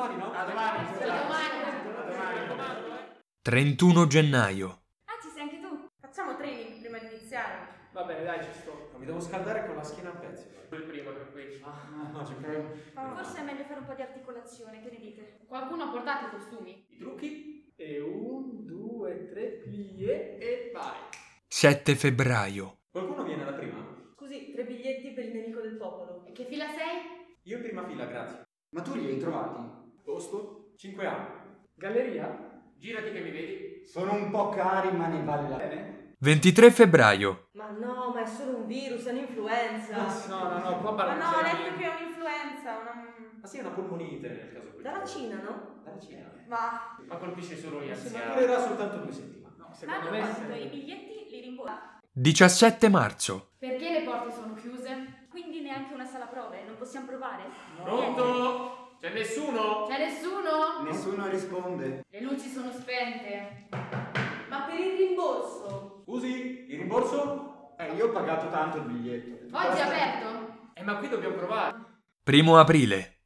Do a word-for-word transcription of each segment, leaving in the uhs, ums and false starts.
domani, no? A domani. A domani. A domani. trentuno gennaio. Ah, ci sei anche tu? Facciamo training prima di iniziare. Va bene, dai, ci sto. Mi devo scaldare con la schiena a pezzi. Il primo per qui. Ah, no, ci provo. Forse è meglio fare un po' di articolazione, che ne dite? Qualcuno ha portato i costumi? I trucchi. E un, due, tre, plie e vai. sette febbraio. Qualcuno viene alla prima? Scusi, tre biglietti per il nemico del popolo. E che fila sei? Io in prima fila, grazie. Ma tu li hai trovati? Posto? cinque anni. Galleria? Girati che mi vedi. Sono un po' cari, ma ne vale la pena. Bene. ventitré febbraio. Ma no, ma è solo un virus, è un'influenza. No, no, no, qua Ma parliamo no, ho di- letto che è un'influenza, una... Ma sì, è una polmonite nel caso qui. Dalla Cina, no? Dalla Cina. Ma... Ma colpisce solo gli Ma sì, ma anziani. durerà soltanto due settimane. No, Ma secondo hanno me fatto sì. i biglietti, li rimborso. diciassette marzo. Perché le porte sono chiuse? Quindi neanche una sala prove, non possiamo provare? Pronto? C'è nessuno? C'è nessuno? Nessuno risponde. Le luci sono spente. Ma per il rimborso? Scusi, il rimborso? Eh, io ho pagato tanto il biglietto. Oggi è aperto? Eh, ma qui dobbiamo provare. primo aprile.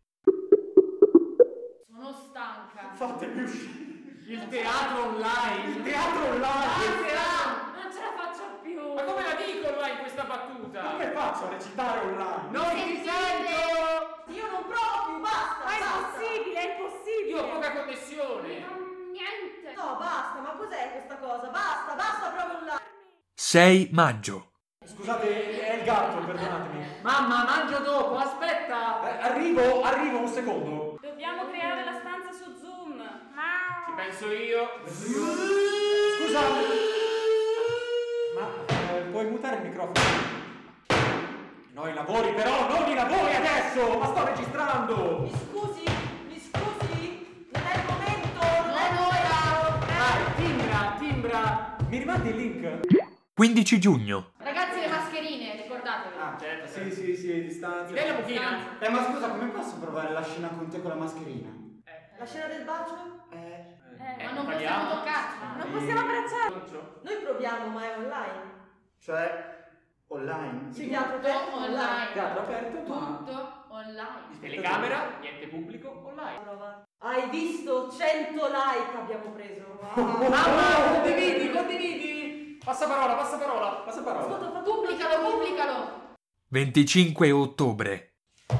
Sono stanca. Fatemi uscire. Il teatro online. Il teatro online! Basta! Non ce la faccio più. Ma come la dico online questa battuta? Come faccio a recitare online? Non ti sento! Io non provo più, basta! Ma è basta. impossibile, è impossibile! Io ho poca connessione. Niente. No, basta, ma cos'è questa cosa? Basta, basta proprio là! sei maggio. Scusate, è il gatto, perdonatemi. Mamma, mangio dopo, aspetta. Eh, arrivo, arrivo un secondo. Dobbiamo creare la stanza su Zoom. Ma... Ci penso io. Scusate. Ma eh, puoi mutare il microfono? No, i lavori però, non i lavori adesso! Ma sto registrando! Mi scusi? Mi scusi? Non è il momento! Non è Non il ora. Dai, timbra, timbra. Mi rimandi il link? quindici giugno. Ragazzi, le mascherine, ricordatevi. Ah, certo, Sì, sì, sì, distanza. Ti dai la mucchina? Eh, ma scusa, come posso provare la scena con te con la mascherina? Eh. La scena del bacio? Eh... Eh, ma Eh, non parliamo. possiamo toccarci. Non possiamo abbracciare. Toncio. Noi proviamo, ma è online. Cioè, online? Sì, teatro Tutto aperto, online. Teatro aperto, ma... Tutto online. Telecamera, niente pubblico, online. Prova. Hai visto? cento like abbiamo preso. Wow. Mamma, condividi, condividi. Passa parola, passa parola. Passa parola. Ascolta, ho fatto un Pubblicalo, pubblicalo. venticinque ottobre.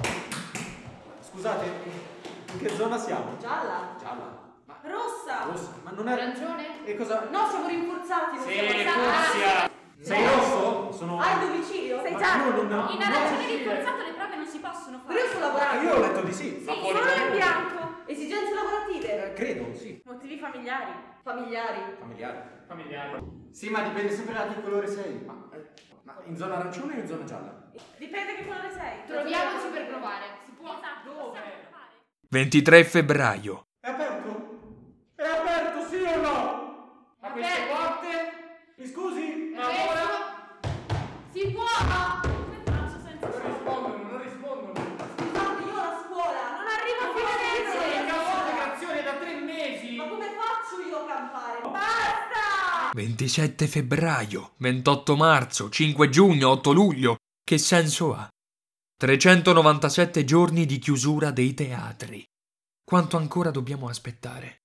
Scusate, in che zona siamo? Gialla. Gialla. Ma Rossa. rossa, ma non è... Arancione? E cosa... No, siamo rinforzati. Non Sì, siamo gialla. Fucsia. Sei rosso? Sono... Hai il domicilio? Sei Ma giallo. no, no, no. In no, arancione sì. rinforzato le prove non si possono fare. Però io sto Ah, lavorando. io ho letto di sì. Sì, Ma solo fuori in lavoro. bianco. Esigenze lavorative. Eh, credo, sì. Motivi familiari. Familiari. Familiare. Familiare. Sì, ma dipende sempre da che colore sei. Ma, eh, ma in zona arancione o in zona gialla? Dipende che colore sei. Troviamoci per provare. Si può? Esatto, Dove? possiamo provare. ventitré febbraio. È aperto? È aperto, sì o no? Ma queste Aperto. porte? Mi scusi? Ma ora? Si può! Come faccio senza Non rispondono, non rispondono. Scusate, io ho la scuola. Non arrivo a fine Sono mese. in cassa integrazione da tre mesi. Ma come faccio io a campare? Basta! ventisette febbraio. ventotto marzo. cinque giugno. otto luglio. Che senso ha? trecentonovantasette giorni di chiusura dei teatri. Quanto ancora dobbiamo aspettare?